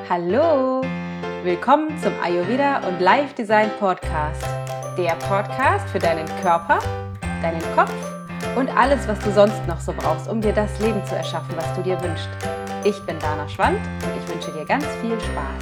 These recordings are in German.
Hallo! Willkommen zum Ayurveda und Life Design Podcast. Der Podcast für deinen Körper, deinen Kopf und alles, was du sonst noch so brauchst, um dir das Leben zu erschaffen, was du dir wünschst. Ich bin Dana Schwand und ich wünsche dir ganz viel Spaß.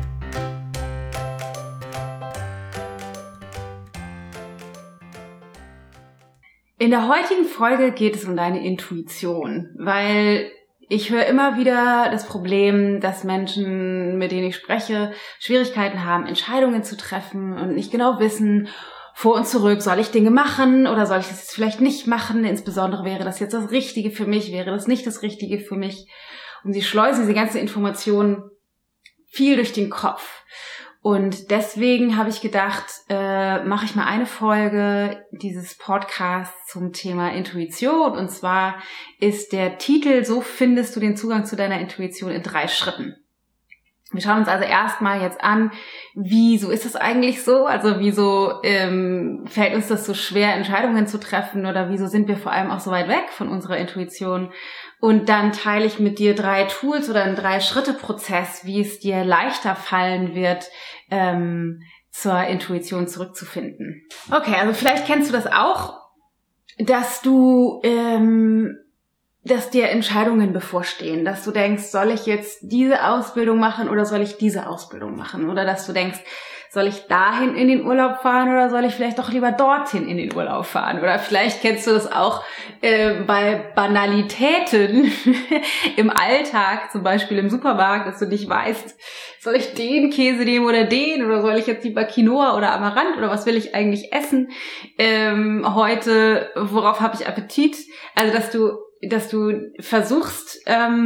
In der heutigen Folge geht es um deine Intuition, weil ich höre immer wieder das Problem, dass Menschen, mit denen ich spreche, Schwierigkeiten haben, Entscheidungen zu treffen und nicht genau wissen, vor und zurück, soll ich Dinge machen oder soll ich das jetzt vielleicht nicht machen? Insbesondere wäre das jetzt das Richtige für mich, wäre das nicht das Richtige für mich? Und sie schleusen diese ganze Information viel durch den Kopf. Und deswegen habe ich gedacht, mache ich mal eine Folge dieses Podcasts zum Thema Intuition. Und zwar ist der Titel: So findest du den Zugang zu deiner Intuition in 3 Schritten. Wir schauen uns also erstmal jetzt an, wieso ist es eigentlich so? Also wieso fällt uns das so schwer, Entscheidungen zu treffen? Oder wieso sind wir vor allem auch so weit weg von unserer Intuition? Und dann teile ich mit dir 3 Tools oder einen 3-Schritte-Prozess, wie es dir leichter fallen wird, zur Intuition zurückzufinden. Okay, also vielleicht kennst du das auch, dass dir Entscheidungen bevorstehen, dass du denkst, soll ich jetzt diese Ausbildung machen oder soll ich diese Ausbildung machen? Oder dass du denkst, soll ich dahin in den Urlaub fahren oder soll ich vielleicht doch lieber dorthin in den Urlaub fahren? Oder vielleicht kennst du das auch bei Banalitäten im Alltag, zum Beispiel im Supermarkt, dass du nicht weißt, soll ich den Käse nehmen oder soll ich jetzt lieber Quinoa oder Amaranth oder was will ich eigentlich essen heute? Worauf habe ich Appetit? Also, dass du versuchst,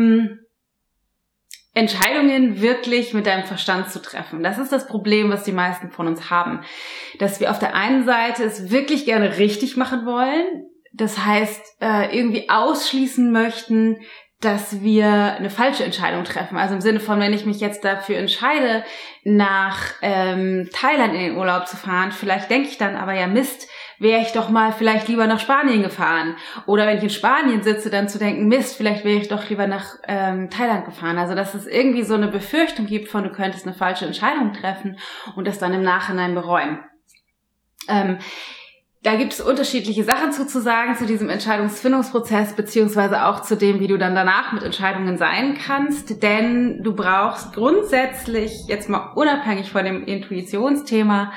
Entscheidungen wirklich mit deinem Verstand zu treffen. Das ist das Problem, was die meisten von uns haben. Dass wir auf der einen Seite es wirklich gerne richtig machen wollen. Das heißt, irgendwie ausschließen möchten, dass wir eine falsche Entscheidung treffen. Also im Sinne von, wenn ich mich jetzt dafür entscheide, nach Thailand in den Urlaub zu fahren, vielleicht denke ich dann aber, ja Mist, wäre ich doch mal vielleicht lieber nach Spanien gefahren. Oder wenn ich in Spanien sitze, dann zu denken, Mist, vielleicht wäre ich doch lieber nach Thailand gefahren. Also dass es irgendwie so eine Befürchtung gibt von, du könntest eine falsche Entscheidung treffen und das dann im Nachhinein bereuen. Da gibt es unterschiedliche Sachen zu sagen zu diesem Entscheidungsfindungsprozess, beziehungsweise auch zu dem, wie du dann danach mit Entscheidungen sein kannst. Denn du brauchst grundsätzlich, jetzt mal unabhängig von dem Intuitionsthema,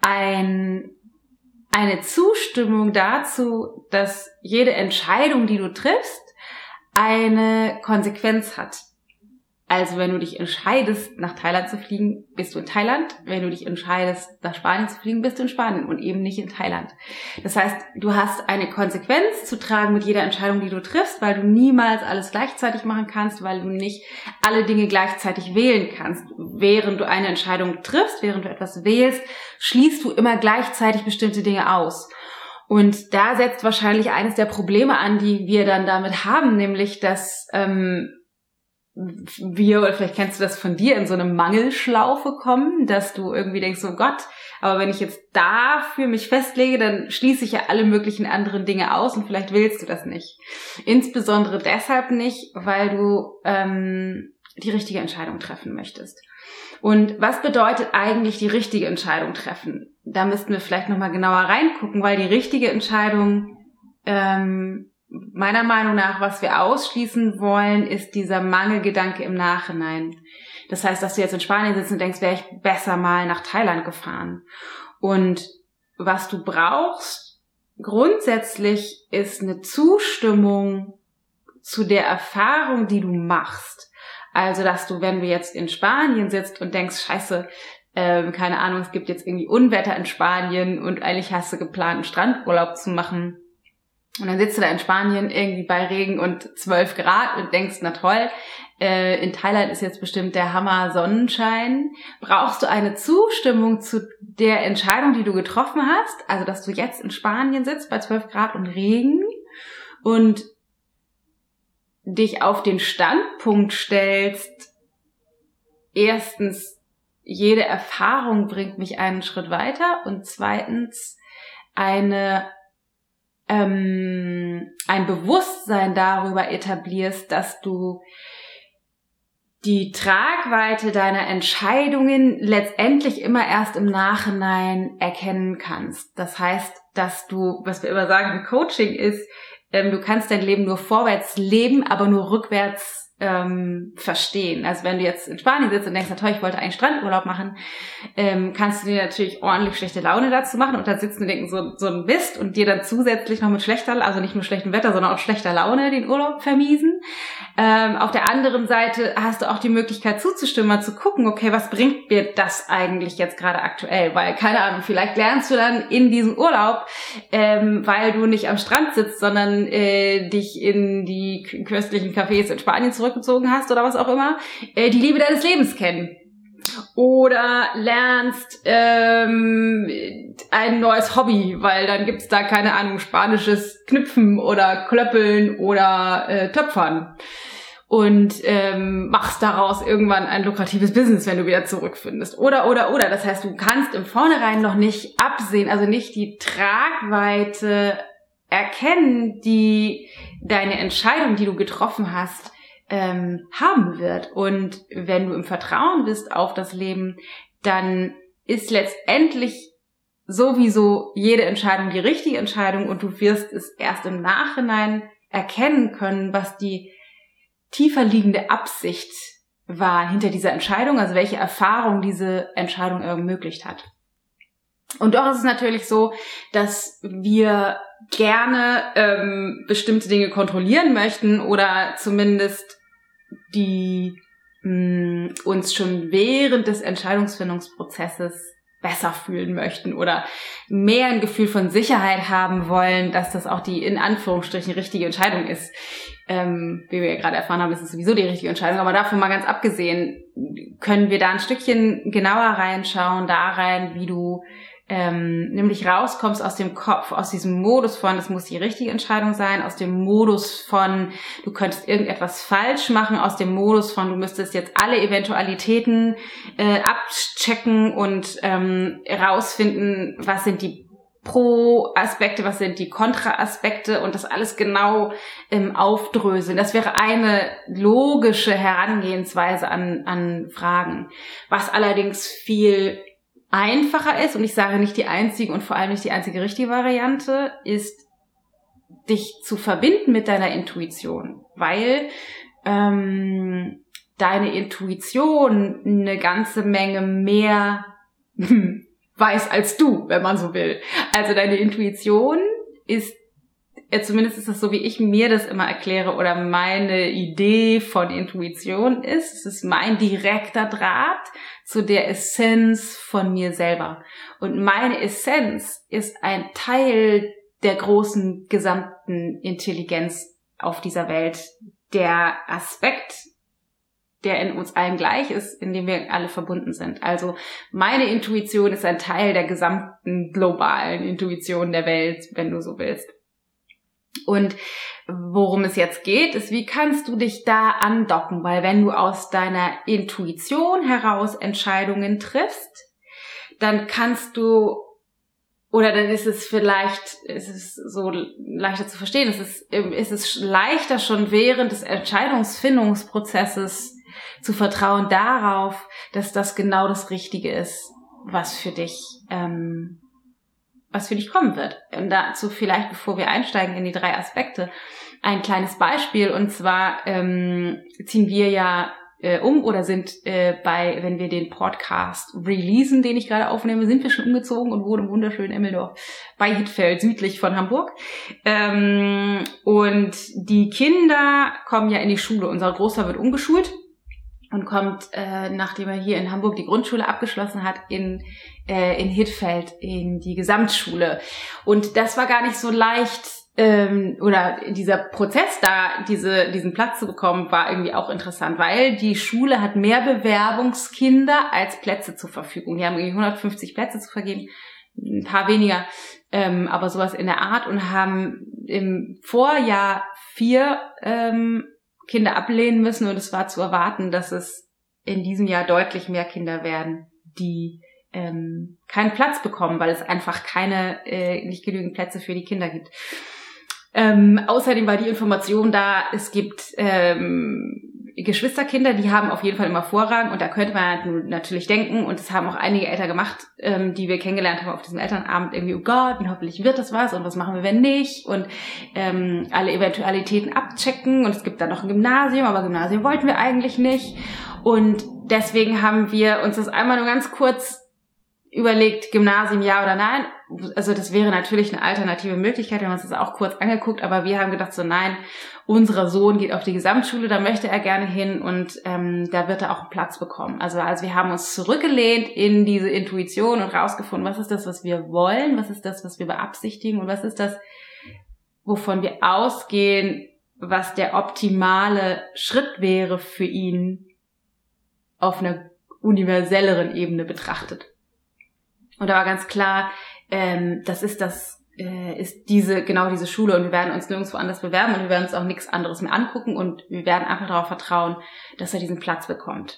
eine Zustimmung dazu, dass jede Entscheidung, die du triffst, eine Konsequenz hat. Also wenn du dich entscheidest, nach Thailand zu fliegen, bist du in Thailand. Wenn du dich entscheidest, nach Spanien zu fliegen, bist du in Spanien und eben nicht in Thailand. Das heißt, du hast eine Konsequenz zu tragen mit jeder Entscheidung, die du triffst, weil du niemals alles gleichzeitig machen kannst, weil du nicht alle Dinge gleichzeitig wählen kannst. Während du eine Entscheidung triffst, während du etwas wählst, schließt du immer gleichzeitig bestimmte Dinge aus. Und da setzt wahrscheinlich eines der Probleme an, die wir dann damit haben, nämlich, dass wir, oder vielleicht kennst du das von dir, in so eine Mangelschlaufe kommen, dass du irgendwie denkst, oh Gott, aber wenn ich jetzt dafür mich festlege, dann schließe ich ja alle möglichen anderen Dinge aus und vielleicht willst du das nicht. Insbesondere deshalb nicht, weil du die richtige Entscheidung treffen möchtest. Und was bedeutet eigentlich die richtige Entscheidung treffen? Da müssten wir vielleicht nochmal genauer reingucken, weil die richtige Entscheidung meiner Meinung nach, was wir ausschließen wollen, ist dieser Mangelgedanke im Nachhinein. Das heißt, dass du jetzt in Spanien sitzt und denkst, wäre ich besser mal nach Thailand gefahren. Und was du brauchst grundsätzlich ist eine Zustimmung zu der Erfahrung, die du machst. Also, dass du, wenn du jetzt in Spanien sitzt und denkst, scheiße, keine Ahnung, es gibt jetzt irgendwie Unwetter in Spanien und eigentlich hast du geplant, einen Strandurlaub zu machen. Und dann sitzt du da in Spanien irgendwie bei Regen und 12 Grad und denkst, na toll, in Thailand ist jetzt bestimmt der Hammer Sonnenschein. Brauchst du eine Zustimmung zu der Entscheidung, die du getroffen hast? Also, dass du jetzt in Spanien sitzt bei 12 Grad und Regen und dich auf den Standpunkt stellst, erstens, jede Erfahrung bringt mich einen Schritt weiter und zweitens, ein Bewusstsein darüber etablierst, dass du die Tragweite deiner Entscheidungen letztendlich immer erst im Nachhinein erkennen kannst. Das heißt, dass du, was wir immer sagen im Coaching ist, du kannst dein Leben nur vorwärts leben, aber nur rückwärts verstehen. Also wenn du jetzt in Spanien sitzt und denkst, na toll, ich wollte einen Strandurlaub machen, kannst du dir natürlich ordentlich schlechte Laune dazu machen und dann sitzen und denken, so ein Mist und dir dann zusätzlich noch mit also nicht nur schlechtem Wetter, sondern auch schlechter Laune den Urlaub vermiesen. Auf der anderen Seite hast du auch die Möglichkeit zuzustimmen, mal zu gucken, okay, was bringt mir das eigentlich jetzt gerade aktuell? Weil, keine Ahnung, vielleicht lernst du dann in diesem Urlaub, weil du nicht am Strand sitzt, sondern dich in die köstlichen Cafés in Spanien zurückgezogen hast oder was auch immer, die Liebe deines Lebens kennen. Oder lernst ein neues Hobby, weil dann gibt's da, keine Ahnung, spanisches Knüpfen oder Klöppeln oder Töpfern. Und machst daraus irgendwann ein lukratives Business, wenn du wieder zurückfindest. Oder. Das heißt, du kannst im Vornherein noch nicht absehen, also nicht die Tragweite erkennen, die deine Entscheidung, die du getroffen hast, haben wird. Und wenn du im Vertrauen bist auf das Leben, dann ist letztendlich sowieso jede Entscheidung die richtige Entscheidung und du wirst es erst im Nachhinein erkennen können, was die tiefer liegende Absicht war hinter dieser Entscheidung, also welche Erfahrung diese Entscheidung ermöglicht hat. Und doch ist es natürlich so, dass wir gerne bestimmte Dinge kontrollieren möchten oder zumindest die uns schon während des Entscheidungsfindungsprozesses besser fühlen möchten oder mehr ein Gefühl von Sicherheit haben wollen, dass das auch die in Anführungsstrichen richtige Entscheidung ist. Wie wir ja gerade erfahren haben, ist es sowieso die richtige Entscheidung. Aber davon mal ganz abgesehen, können wir da ein Stückchen genauer reinschauen, da rein, wie du nämlich rauskommst aus dem Kopf, aus diesem Modus von, das muss die richtige Entscheidung sein, aus dem Modus von, du könntest irgendetwas falsch machen, aus dem Modus von, du müsstest jetzt alle Eventualitäten abchecken und rausfinden, was sind die Pro-Aspekte, was sind die Kontra-Aspekte und das alles genau aufdröseln. Das wäre eine logische Herangehensweise an Fragen. Was allerdings viel einfacher ist, und ich sage nicht die einzige und vor allem nicht die einzige richtige Variante, ist, dich zu verbinden mit deiner Intuition, weil deine Intuition eine ganze Menge mehr weiß als du, wenn man so will. Also deine Intuition ist, zumindest ist das so, wie ich mir das immer erkläre, oder meine Idee von Intuition ist, es ist mein direkter Draht zu der Essenz von mir selber. Und meine Essenz ist ein Teil der großen gesamten Intelligenz auf dieser Welt. Der Aspekt, der in uns allen gleich ist, in dem wir alle verbunden sind. Also meine Intuition ist ein Teil der gesamten globalen Intuition der Welt, wenn du so willst. Und worum es jetzt geht, ist, wie kannst du dich da andocken? Weil wenn du aus deiner Intuition heraus Entscheidungen triffst, dann kannst du, oder dann ist es vielleicht, ist es so leichter zu verstehen, ist es leichter schon während des Entscheidungsfindungsprozesses zu vertrauen darauf, dass das genau das Richtige ist, was für dich kommen wird. Und dazu vielleicht, bevor wir einsteigen in die 3 Aspekte, ein kleines Beispiel. Und zwar ziehen wir ja um oder sind wenn wir den Podcast releasen, den ich gerade aufnehme, sind wir schon umgezogen und wohnen im wunderschönen Emmeldorf bei Hittfeld, südlich von Hamburg. Und die Kinder kommen ja in die Schule. Unser Großer wird umgeschult und kommt, nachdem er hier in Hamburg die Grundschule abgeschlossen hat, in Hittfeld in die Gesamtschule. Und das war gar nicht so leicht, oder dieser Prozess da, diesen Platz zu bekommen, war irgendwie auch interessant, weil die Schule hat mehr Bewerbungskinder als Plätze zur Verfügung. Die haben irgendwie 150 Plätze zu vergeben, ein paar weniger, aber sowas in der Art, und haben im Vorjahr 4 Kinder ablehnen müssen, und es war zu erwarten, dass es in diesem Jahr deutlich mehr Kinder werden, die keinen Platz bekommen, weil es einfach nicht genügend Plätze für die Kinder gibt. Außerdem war die Information da, es gibt Geschwisterkinder, die haben auf jeden Fall immer Vorrang und da könnte man natürlich denken, und das haben auch einige Eltern gemacht, die wir kennengelernt haben auf diesem Elternabend, irgendwie, oh Gott, und hoffentlich wird das was und was machen wir, wenn nicht, und alle Eventualitäten abchecken, und es gibt dann noch ein Gymnasium, aber Gymnasium wollten wir eigentlich nicht, und deswegen haben wir uns das einmal nur ganz kurz überlegt, Gymnasium ja oder nein. Also das wäre natürlich eine alternative Möglichkeit, wir haben uns das auch kurz angeguckt, aber wir haben gedacht so, nein, unser Sohn geht auf die Gesamtschule, da möchte er gerne hin, und da wird er auch einen Platz bekommen. Also wir haben uns zurückgelehnt in diese Intuition und rausgefunden, was ist das, was wir wollen, was ist das, was wir beabsichtigen, und was ist das, wovon wir ausgehen, was der optimale Schritt wäre für ihn auf einer universelleren Ebene betrachtet. Und da war ganz klar, ist diese Schule, und wir werden uns nirgendwo anders bewerben und wir werden uns auch nichts anderes mehr angucken und wir werden einfach darauf vertrauen, dass er diesen Platz bekommt.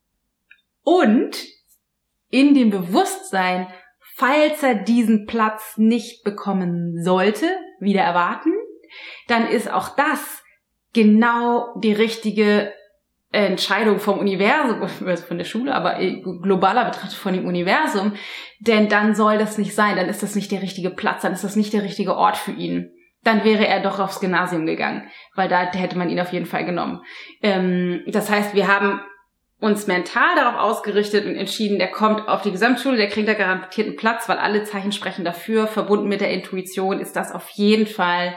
Und in dem Bewusstsein, falls er diesen Platz nicht bekommen sollte, wieder erwarten, dann ist auch das genau die richtige Entscheidung vom Universum, von der Schule, aber globaler betrachtet von dem Universum, denn dann soll das nicht sein, dann ist das nicht der richtige Platz, dann ist das nicht der richtige Ort für ihn. Dann wäre er doch aufs Gymnasium gegangen, weil da hätte man ihn auf jeden Fall genommen. Das heißt, wir haben uns mental darauf ausgerichtet und entschieden, der kommt auf die Gesamtschule, der kriegt da garantiert einen Platz, weil alle Zeichen sprechen dafür, verbunden mit der Intuition ist das auf jeden Fall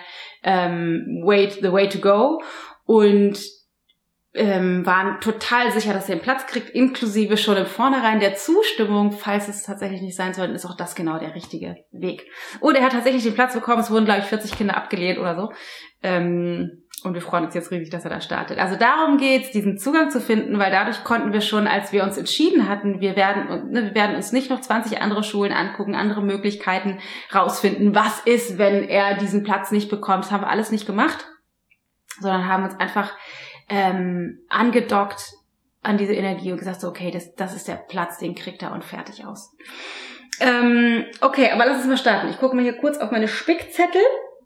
the way to go, und waren total sicher, dass er einen Platz kriegt, inklusive schon im Vornherein der Zustimmung, falls es tatsächlich nicht sein soll, ist auch das genau der richtige Weg. Und er hat tatsächlich den Platz bekommen, es wurden, glaube ich, 40 Kinder abgelehnt oder so. Und wir freuen uns jetzt riesig, dass er da startet. Also darum geht's, diesen Zugang zu finden, weil dadurch konnten wir schon, als wir uns entschieden hatten, wir werden uns nicht noch 20 andere Schulen angucken, andere Möglichkeiten rausfinden, was ist, wenn er diesen Platz nicht bekommt. Das haben wir alles nicht gemacht, sondern haben uns einfach angedockt an diese Energie und gesagt so, okay, das ist der Platz, den kriegt er, und fertig aus. Okay, aber lass uns mal starten. Ich gucke mal hier kurz auf meine Spickzettel,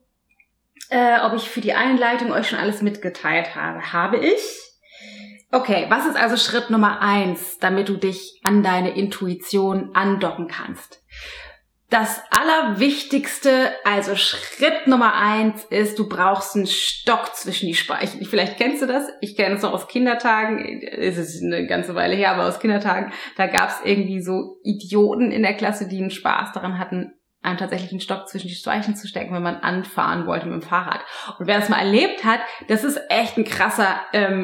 ob ich für die Einleitung euch schon alles mitgeteilt habe. Habe ich? Okay, was ist also Schritt Nummer 1, damit du dich an deine Intuition andocken kannst? Das Allerwichtigste, also Schritt Nummer 1 ist, du brauchst einen Stock zwischen die Speichen. Vielleicht kennst du das. Ich kenne es noch aus Kindertagen. Es ist eine ganze Weile her, aber aus Kindertagen. Da gab es irgendwie so Idioten in der Klasse, die einen Spaß daran hatten, einem tatsächlich einen Stock zwischen die Speichen zu stecken, wenn man anfahren wollte mit dem Fahrrad. Und wer das mal erlebt hat, das ist echt ein krasser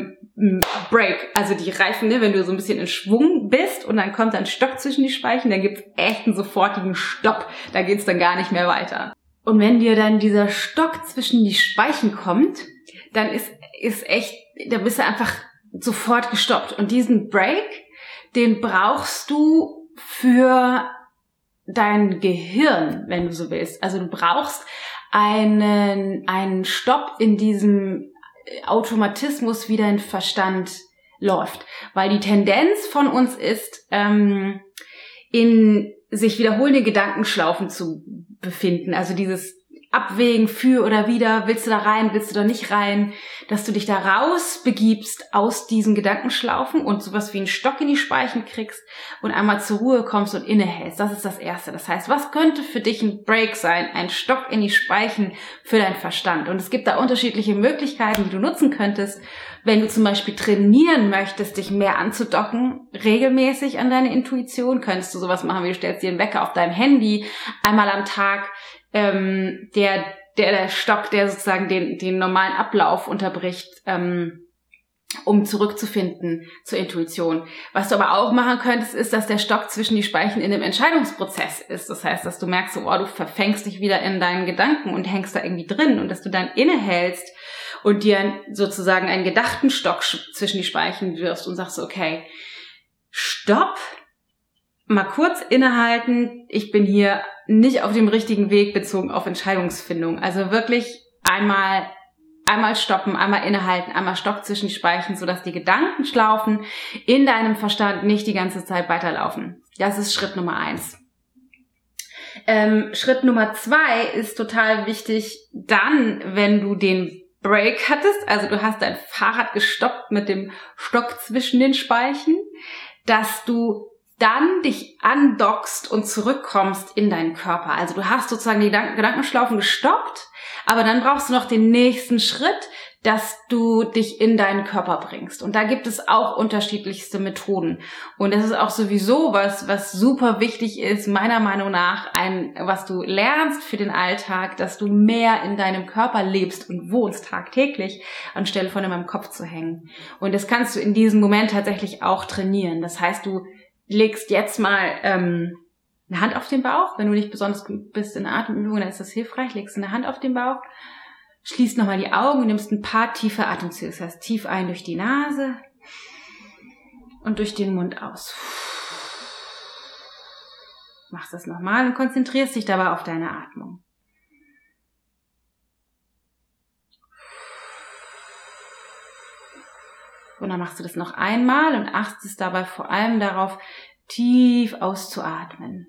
Break. Also die Reifen, ne, wenn du so ein bisschen in Schwung bist und dann kommt ein Stock zwischen die Speichen, dann gibt's echt einen sofortigen Stopp. Da geht's dann gar nicht mehr weiter. Und wenn dir dann dieser Stock zwischen die Speichen kommt, dann ist echt, da bist du einfach sofort gestoppt. Und diesen Break, den brauchst du für dein Gehirn, wenn du so willst. Also du brauchst einen Stopp in diesem Automatismus, wie dein Verstand läuft. Weil die Tendenz von uns ist, in sich wiederholende Gedankenschlaufen zu befinden. Also dieses Abwägen für oder wider, willst du da rein, willst du da nicht rein, dass du dich da raus begibst aus diesen Gedankenschlaufen und sowas wie einen Stock in die Speichen kriegst und einmal zur Ruhe kommst und innehältst. Das ist das Erste. Das heißt, was könnte für dich ein Break sein? Ein Stock in die Speichen für deinen Verstand. Und es gibt da unterschiedliche Möglichkeiten, die du nutzen könntest. Wenn du zum Beispiel trainieren möchtest, dich mehr anzudocken, regelmäßig an deine Intuition, könntest du sowas machen, wie du stellst dir einen Wecker auf deinem Handy einmal am Tag, der Stock, der sozusagen den normalen Ablauf unterbricht, um zurückzufinden zur Intuition. Was du aber auch machen könntest, ist, dass der Stock zwischen die Speichen in dem Entscheidungsprozess ist. Das heißt, dass du merkst, so, du verfängst dich wieder in deinen Gedanken und hängst da irgendwie drin, und dass du dann innehältst und dir sozusagen einen gedachten Stock zwischen die Speichen wirfst und sagst, okay, stopp, mal kurz innehalten, ich bin hier nicht auf dem richtigen Weg bezogen auf Entscheidungsfindung. Also wirklich einmal stoppen, einmal innehalten, einmal Stock zwischen die Speichen, sodass die Gedankenschlaufen in deinem Verstand nicht die ganze Zeit weiterlaufen. Das ist Schritt Nummer 1. Schritt Nummer 2 ist total wichtig, dann, wenn du den Break hattest, also du hast dein Fahrrad gestoppt mit dem Stock zwischen den Speichen, dass du dann dich andockst und zurückkommst in deinen Körper. Also du hast sozusagen die Gedankenschlaufen gestoppt, aber dann brauchst du noch den nächsten Schritt, dass du dich in deinen Körper bringst. Und da gibt es auch unterschiedlichste Methoden. Und das ist auch sowieso was super wichtig ist, meiner Meinung nach, was du lernst für den Alltag, dass du mehr in deinem Körper lebst und wohnst tagtäglich, anstelle von in meinem Kopf zu hängen. Und das kannst du in diesem Moment tatsächlich auch trainieren. Das heißt, du legst jetzt mal eine Hand auf den Bauch. Wenn du nicht besonders gut bist in Atemübungen, dann ist das hilfreich. Legst eine Hand auf den Bauch, schließt nochmal die Augen und nimmst ein paar tiefe Atemzüge. Das heißt, tief ein durch die Nase und durch den Mund aus. Machst das nochmal und konzentrierst dich dabei auf deine Atmung. Und dann machst du das noch einmal und achtest dabei vor allem darauf, tief auszuatmen.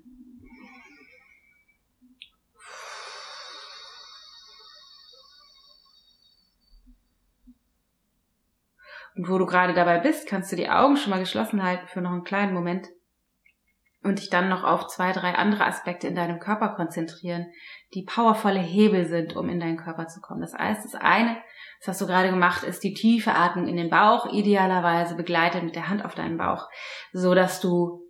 Und wo du gerade dabei bist, kannst du die Augen schon mal geschlossen halten für noch einen kleinen Moment und dich dann noch auf 2, 3 andere Aspekte in deinem Körper konzentrieren, die powervolle Hebel sind, um in deinen Körper zu kommen. Das heißt, das eine, das hast du gerade gemacht, ist die tiefe Atmung in den Bauch, idealerweise begleitet mit der Hand auf deinen Bauch, so dass du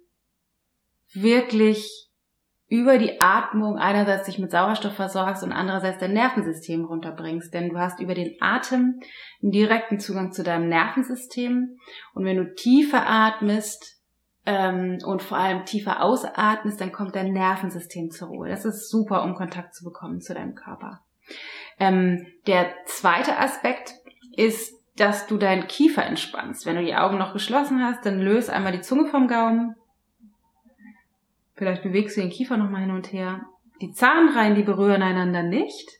wirklich über die Atmung einerseits dich mit Sauerstoff versorgst und andererseits dein Nervensystem runterbringst. Denn du hast über den Atem einen direkten Zugang zu deinem Nervensystem. Und wenn du tiefer atmest und vor allem tiefer ausatmest, dann kommt dein Nervensystem zur Ruhe. Das ist super, um Kontakt zu bekommen zu deinem Körper. Der zweite Aspekt ist, dass du deinen Kiefer entspannst. Wenn du die Augen noch geschlossen hast, dann löse einmal die Zunge vom Gaumen. Vielleicht bewegst du den Kiefer nochmal hin und her. Die Zahnreihen, die berühren einander nicht.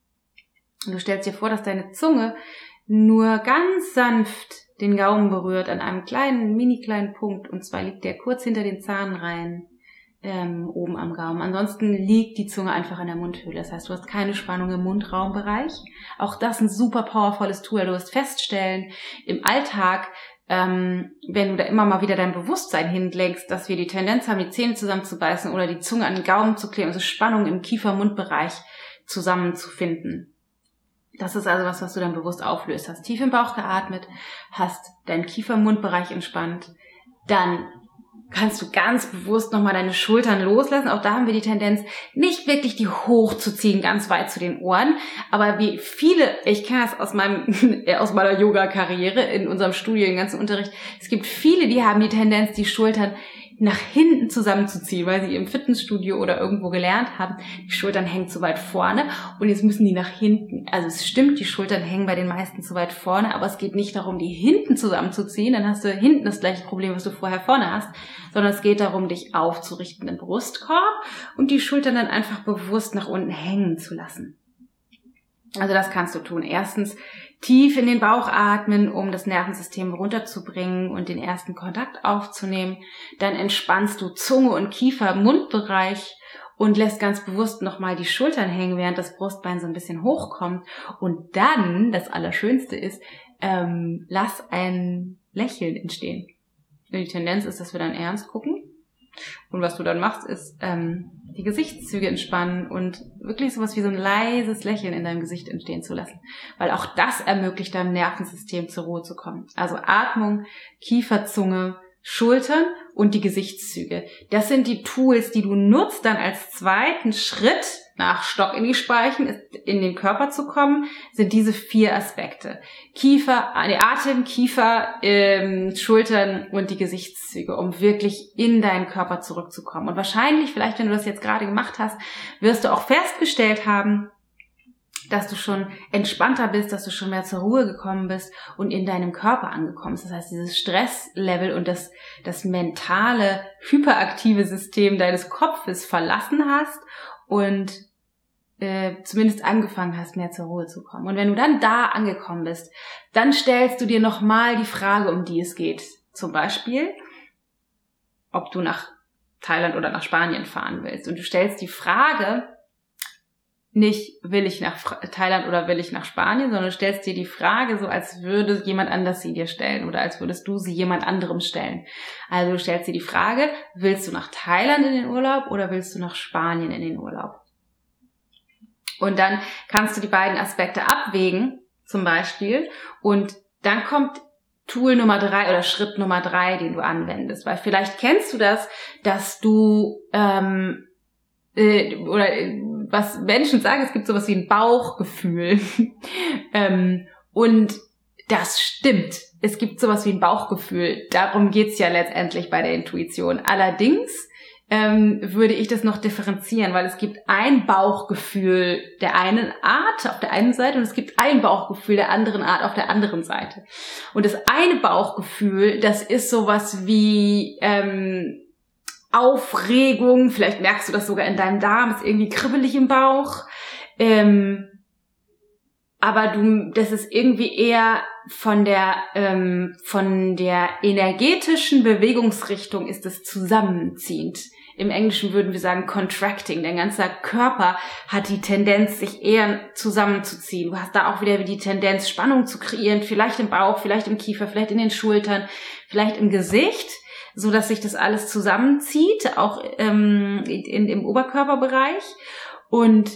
Und du stellst dir vor, dass deine Zunge nur ganz sanft den Gaumen berührt an einem mini kleinen Punkt. Und zwar liegt der kurz hinter den Zahnreihen oben am Gaumen. Ansonsten liegt die Zunge einfach in der Mundhöhle. Das heißt, du hast keine Spannung im Mundraumbereich. Auch das ein super powervolles Tool. Du wirst feststellen, im Alltag, wenn du da immer mal wieder dein Bewusstsein hinlenkst, dass wir die Tendenz haben, die Zähne zusammenzubeißen oder die Zunge an den Gaumen zu kleben, also Spannung im Kiefer-Mund-Bereich zusammenzufinden. Das ist also was du dann bewusst auflöst. Hast tief im Bauch geatmet, hast deinen Kiefer-Mund-Bereich entspannt, dann kannst du ganz bewusst nochmal deine Schultern loslassen. Auch da haben wir die Tendenz, nicht wirklich die hochzuziehen, ganz weit zu den Ohren. Aber wie viele, ich kenne das aus meiner Yoga-Karriere, in unserem Studio, im ganzen Unterricht, es gibt viele, die haben die Tendenz, die Schultern nach hinten zusammenzuziehen, weil sie im Fitnessstudio oder irgendwo gelernt haben, die Schultern hängen zu weit vorne und jetzt müssen die nach hinten. Also es stimmt, die Schultern hängen bei den meisten zu weit vorne, aber es geht nicht darum, die hinten zusammenzuziehen, dann hast du hinten das gleiche Problem, was du vorher vorne hast, sondern es geht darum, dich aufzurichten im Brustkorb und die Schultern dann einfach bewusst nach unten hängen zu lassen. Also das kannst du tun. Erstens tief in den Bauch atmen, um das Nervensystem runterzubringen und den ersten Kontakt aufzunehmen. Dann entspannst du Zunge und Kiefer, Mundbereich und lässt ganz bewusst nochmal die Schultern hängen, während das Brustbein so ein bisschen hochkommt. Und dann, das Allerschönste ist, lass ein Lächeln entstehen. Die Tendenz ist, dass wir dann ernst gucken. Und was du dann machst, ist die Gesichtszüge entspannen und wirklich sowas wie so ein leises Lächeln in deinem Gesicht entstehen zu lassen. Weil auch das ermöglicht deinem Nervensystem zur Ruhe zu kommen. Also Atmung, Kiefer, Zunge, Schultern und die Gesichtszüge. Das sind die Tools, die du nutzt dann als zweiten Schritt nach Stock in die Speichen, in den Körper zu kommen, sind diese 4 Aspekte. Atem, Kiefer, Schultern und die Gesichtszüge, um wirklich in deinen Körper zurückzukommen. Und wahrscheinlich, vielleicht wenn du das jetzt gerade gemacht hast, wirst du auch festgestellt haben, dass du schon entspannter bist, dass du schon mehr zur Ruhe gekommen bist und in deinem Körper angekommen bist. Das heißt, dieses Stresslevel und das mentale, hyperaktive System deines Kopfes verlassen hast und zumindest angefangen hast, mehr zur Ruhe zu kommen. Und wenn du dann da angekommen bist, dann stellst du dir nochmal die Frage, um die es geht. Zum Beispiel, ob du nach Thailand oder nach Spanien fahren willst. Und du stellst die Frage nicht, will ich nach Thailand oder will ich nach Spanien, sondern du stellst dir die Frage so, als würde jemand anders sie dir stellen oder als würdest du sie jemand anderem stellen. Also du stellst dir die Frage, willst du nach Thailand in den Urlaub oder willst du nach Spanien in den Urlaub? Und dann kannst du die beiden Aspekte abwägen, zum Beispiel, und dann kommt Tool Nummer 3 oder Schritt Nummer 3, den du anwendest. Weil vielleicht kennst du das, dass du, oder was Menschen sagen, es gibt sowas wie ein Bauchgefühl. Und das stimmt. Es gibt sowas wie ein Bauchgefühl. Darum geht's ja letztendlich bei der Intuition. Allerdings würde ich das noch differenzieren, weil es gibt ein Bauchgefühl der einen Art auf der einen Seite und es gibt ein Bauchgefühl der anderen Art auf der anderen Seite. Und das eine Bauchgefühl, das ist sowas wie Aufregung, vielleicht merkst du das sogar in deinem Darm, ist irgendwie kribbelig im Bauch, aber das ist irgendwie eher von der energetischen Bewegungsrichtung ist es zusammenziehend. Im Englischen würden wir sagen contracting. Dein ganzer Körper hat die Tendenz, sich eher zusammenzuziehen. Du hast da auch wieder die Tendenz, Spannung zu kreieren, vielleicht im Bauch, vielleicht im Kiefer, vielleicht in den Schultern, vielleicht im Gesicht, so dass sich das alles zusammenzieht, auch im Oberkörperbereich. Und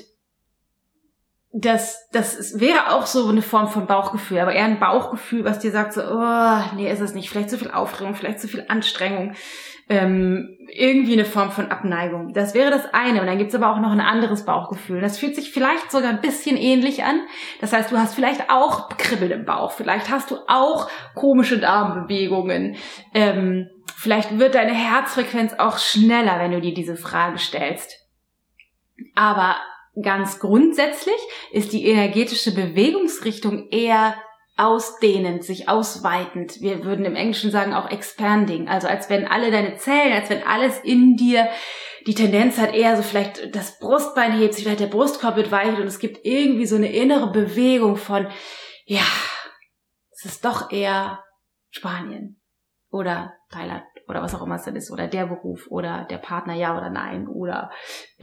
das wäre auch so eine Form von Bauchgefühl, aber eher ein Bauchgefühl, was dir sagt so, oh, nee, ist es nicht, vielleicht zu viel Aufregung, vielleicht zu viel Anstrengung, irgendwie eine Form von Abneigung. Das wäre das eine. Und dann gibt's aber auch noch ein anderes Bauchgefühl. Das fühlt sich vielleicht sogar ein bisschen ähnlich an. Das heißt, du hast vielleicht auch Kribbeln im Bauch, vielleicht hast du auch komische Darmbewegungen, vielleicht wird deine Herzfrequenz auch schneller, wenn du dir diese Frage stellst. Aber ganz grundsätzlich ist die energetische Bewegungsrichtung eher ausdehnend, sich ausweitend. Wir würden im Englischen sagen auch expanding. Also als wenn alle deine Zellen, als wenn alles in dir die Tendenz hat, eher so vielleicht das Brustbein hebt sich, vielleicht der Brustkorb wird weicher und es gibt irgendwie so eine innere Bewegung von, ja, es ist doch eher Spanien oder Thailand oder was auch immer es dann ist oder der Beruf oder der Partner, ja oder nein oder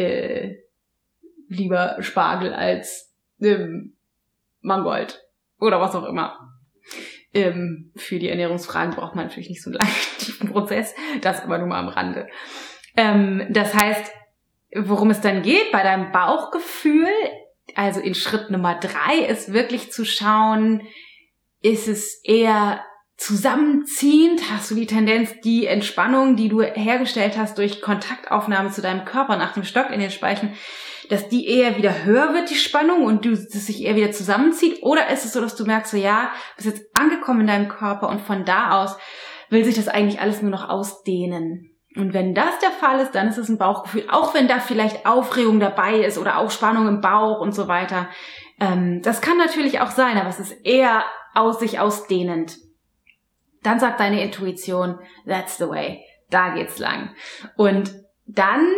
lieber Spargel als Mangold oder was auch immer. Für die Ernährungsfragen braucht man natürlich nicht so einen langen, tiefen Prozess, das aber nur mal am Rande. Das heißt, worum es dann geht bei deinem Bauchgefühl, also in Schritt Nummer 3, ist wirklich zu schauen, ist es eher zusammenziehend, hast du die Tendenz, die Entspannung, die du hergestellt hast durch Kontaktaufnahme zu deinem Körper nach dem Stock in den Speichen, dass die eher wieder höher wird, die Spannung, und das sich eher wieder zusammenzieht? Oder ist es so, dass du merkst, so ja, du bist jetzt angekommen in deinem Körper und von da aus will sich das eigentlich alles nur noch ausdehnen? Und wenn das der Fall ist, dann ist es ein Bauchgefühl, auch wenn da vielleicht Aufregung dabei ist oder auch Spannung im Bauch und so weiter. Das kann natürlich auch sein, aber es ist eher sich ausdehnend. Dann sagt deine Intuition, that's the way, da geht's lang. Und dann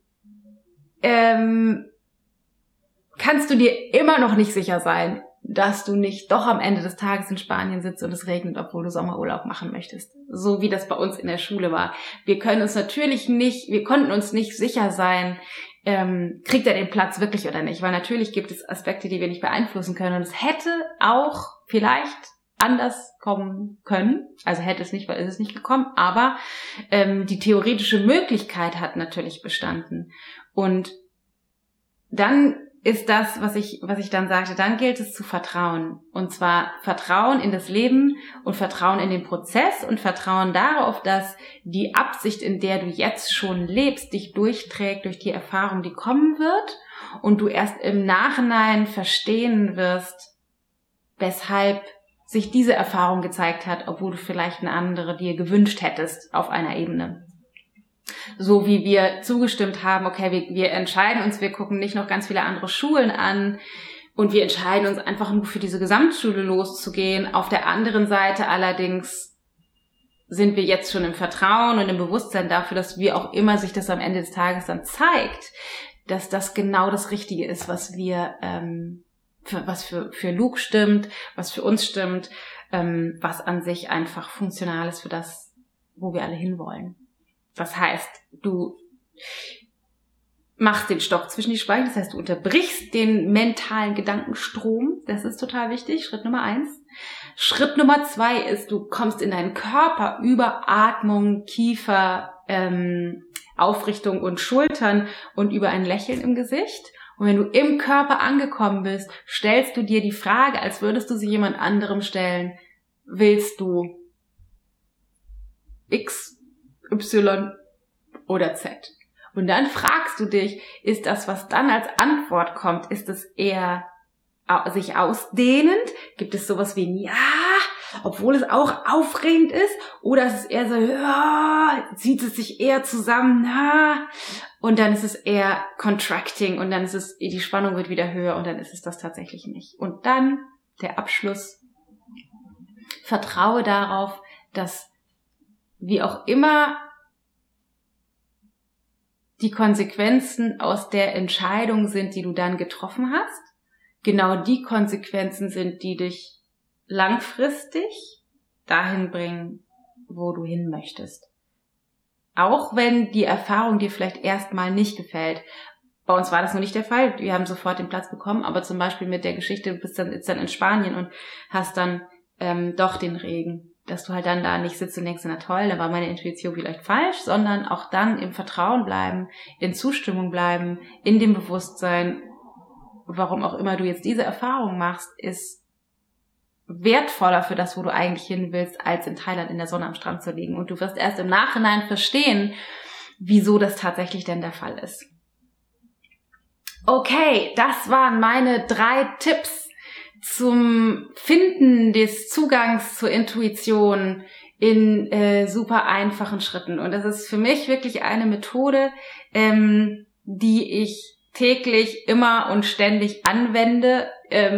kannst du dir immer noch nicht sicher sein, dass du nicht doch am Ende des Tages in Spanien sitzt und es regnet, obwohl du Sommerurlaub machen möchtest. So wie das bei uns in der Schule war. Wir konnten uns nicht sicher sein, kriegt er den Platz wirklich oder nicht. Weil natürlich gibt es Aspekte, die wir nicht beeinflussen können. Und es hätte auch vielleicht anders kommen können. Also hätte es nicht, weil ist es nicht gekommen. Aber die theoretische Möglichkeit hat natürlich bestanden. Und dann ist das, was ich dann sagte, dann gilt es zu vertrauen. Und zwar Vertrauen in das Leben und Vertrauen in den Prozess und Vertrauen darauf, dass die Absicht, in der du jetzt schon lebst, dich durchträgt durch die Erfahrung, die kommen wird, und du erst im Nachhinein verstehen wirst, weshalb sich diese Erfahrung gezeigt hat, obwohl du vielleicht eine andere dir gewünscht hättest auf einer Ebene. So wie wir zugestimmt haben, okay, wir entscheiden uns, wir gucken nicht noch ganz viele andere Schulen an und wir entscheiden uns einfach nur für diese Gesamtschule loszugehen. Auf der anderen Seite allerdings sind wir jetzt schon im Vertrauen und im Bewusstsein dafür, dass wie auch immer sich das am Ende des Tages dann zeigt, dass das genau das Richtige ist, was wir, was für Luke stimmt, was für uns stimmt, was an sich einfach funktional ist für das, wo wir alle hinwollen. Das heißt, machst den Stopp zwischen die Speichen, das heißt, du unterbrichst den mentalen Gedankenstrom. Das ist total wichtig, Schritt Nummer 1. Schritt Nummer 2 ist, du kommst in deinen Körper über Atmung, Kiefer, Aufrichtung und Schultern und über ein Lächeln im Gesicht. Und wenn du im Körper angekommen bist, stellst du dir die Frage, als würdest du sie jemand anderem stellen, willst du X, Y oder Z? Und dann fragst du dich, ist das, was dann als Antwort kommt, ist es eher sich ausdehnend? Gibt es sowas wie ein Ja, obwohl es auch aufregend ist? Oder ist es eher so, ja, zieht es sich eher zusammen, ja? Und dann ist es eher contracting und dann ist es, die Spannung wird wieder höher und dann ist es das tatsächlich nicht. Und dann der Abschluss. Vertraue darauf, dass wie auch immer die Konsequenzen aus der Entscheidung sind, die du dann getroffen hast, genau die Konsequenzen sind, die dich langfristig dahin bringen, wo du hin möchtest. Auch wenn die Erfahrung dir vielleicht erstmal nicht gefällt. Bei uns war das noch nicht der Fall. Wir haben sofort den Platz bekommen, aber zum Beispiel mit der Geschichte, du bist dann in Spanien und hast dann doch den Regen, dass du halt dann da nicht sitzt und denkst, na toll, da war meine Intuition vielleicht falsch, sondern auch dann im Vertrauen bleiben, in Zustimmung bleiben, in dem Bewusstsein, warum auch immer du jetzt diese Erfahrung machst, ist wertvoller für das, wo du eigentlich hin willst, als in Thailand in der Sonne am Strand zu liegen. Und du wirst erst im Nachhinein verstehen, wieso das tatsächlich denn der Fall ist. Okay, das waren meine 3 Tipps zum Finden des Zugangs zur Intuition in super einfachen Schritten. Und das ist für mich wirklich eine Methode, die ich täglich immer und ständig anwende.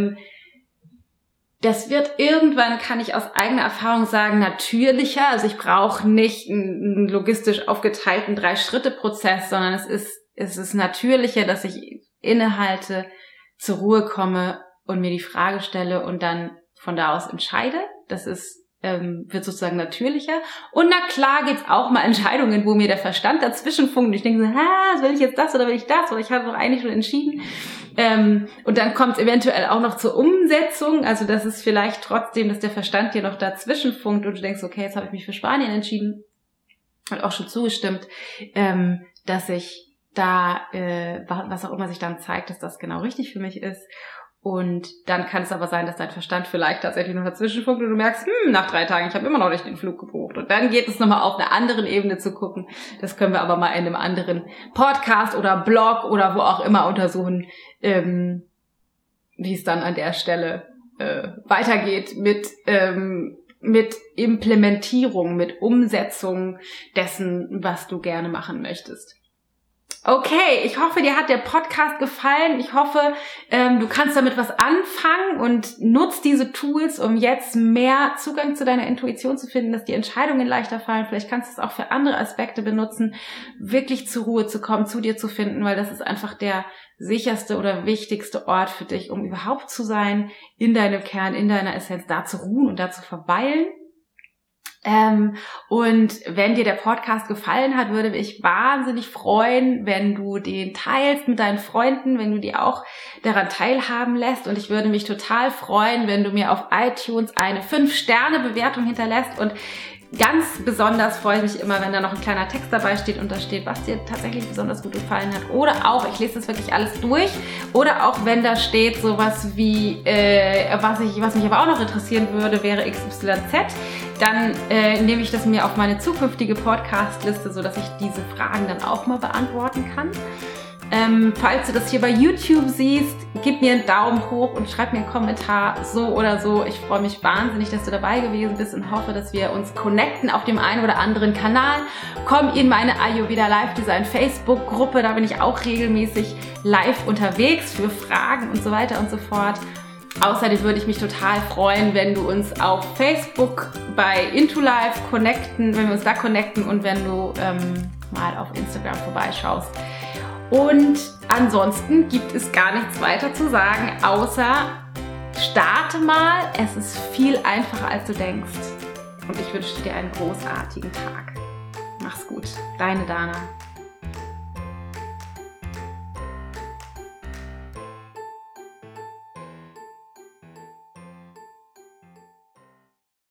Das wird irgendwann, kann ich aus eigener Erfahrung sagen, natürlicher. Also ich brauche nicht einen logistisch aufgeteilten 3-Schritte-Prozess, sondern es ist natürlicher, dass ich innehalte, zur Ruhe komme und mir die Frage stelle und dann von da aus entscheide. Das wird sozusagen natürlicher. Und na klar gibt's auch mal Entscheidungen, wo mir der Verstand dazwischen funkt und ich denke so, will ich jetzt das oder will ich das? Oder ich habe doch eigentlich schon entschieden. Und dann kommt es eventuell auch noch zur Umsetzung. Also das ist vielleicht trotzdem, dass der Verstand dir noch dazwischen funkt und du denkst, okay, jetzt habe ich mich für Spanien entschieden. Und auch schon zugestimmt, dass ich da, was auch immer sich dann zeigt, dass das genau richtig für mich ist. Und dann kann es aber sein, dass dein Verstand vielleicht tatsächlich noch dazwischen funkt und du merkst, nach 3 Tagen, ich habe immer noch nicht den Flug gebucht. Und dann geht es nochmal auf einer anderen Ebene zu gucken. Das können wir aber mal in einem anderen Podcast oder Blog oder wo auch immer untersuchen, wie es dann an der Stelle weitergeht mit Implementierung, mit Umsetzung dessen, was du gerne machen möchtest. Okay, ich hoffe, dir hat der Podcast gefallen. Ich hoffe, du kannst damit was anfangen und nutzt diese Tools, um jetzt mehr Zugang zu deiner Intuition zu finden, dass die Entscheidungen leichter fallen. Vielleicht kannst du es auch für andere Aspekte benutzen, wirklich zur Ruhe zu kommen, zu dir zu finden, weil das ist einfach der sicherste oder wichtigste Ort für dich, um überhaupt zu sein, in deinem Kern, in deiner Essenz, da zu ruhen und da zu verweilen. Und wenn dir der Podcast gefallen hat, würde mich wahnsinnig freuen, wenn du den teilst mit deinen Freunden, wenn du die auch daran teilhaben lässt. Und ich würde mich total freuen, wenn du mir auf iTunes eine 5-Sterne-Bewertung hinterlässt. Und ganz besonders freue ich mich immer, wenn da noch ein kleiner Text dabei steht und da steht, was dir tatsächlich besonders gut gefallen hat. Oder auch, ich lese das wirklich alles durch. Oder auch, wenn da steht sowas wie, was mich aber auch noch interessieren würde, wäre XYZ. Dann nehme ich das mir auf meine zukünftige Podcast-Liste, sodass ich diese Fragen dann auch mal beantworten kann. Falls du das hier bei YouTube siehst, gib mir einen Daumen hoch und schreib mir einen Kommentar, so oder so. Ich freue mich wahnsinnig, dass du dabei gewesen bist und hoffe, dass wir uns connecten auf dem einen oder anderen Kanal. Komm in meine Ayurveda Live Design Facebook-Gruppe, da bin ich auch regelmäßig live unterwegs für Fragen und so weiter und so fort. Außerdem würde ich mich total freuen, wenn du uns auf Facebook bei IntoLife connecten, wenn wir uns da connecten und wenn du mal auf Instagram vorbeischaust. Und ansonsten gibt es gar nichts weiter zu sagen, außer starte mal. Es ist viel einfacher, als du denkst. Und ich wünsche dir einen großartigen Tag. Mach's gut. Deine Dana.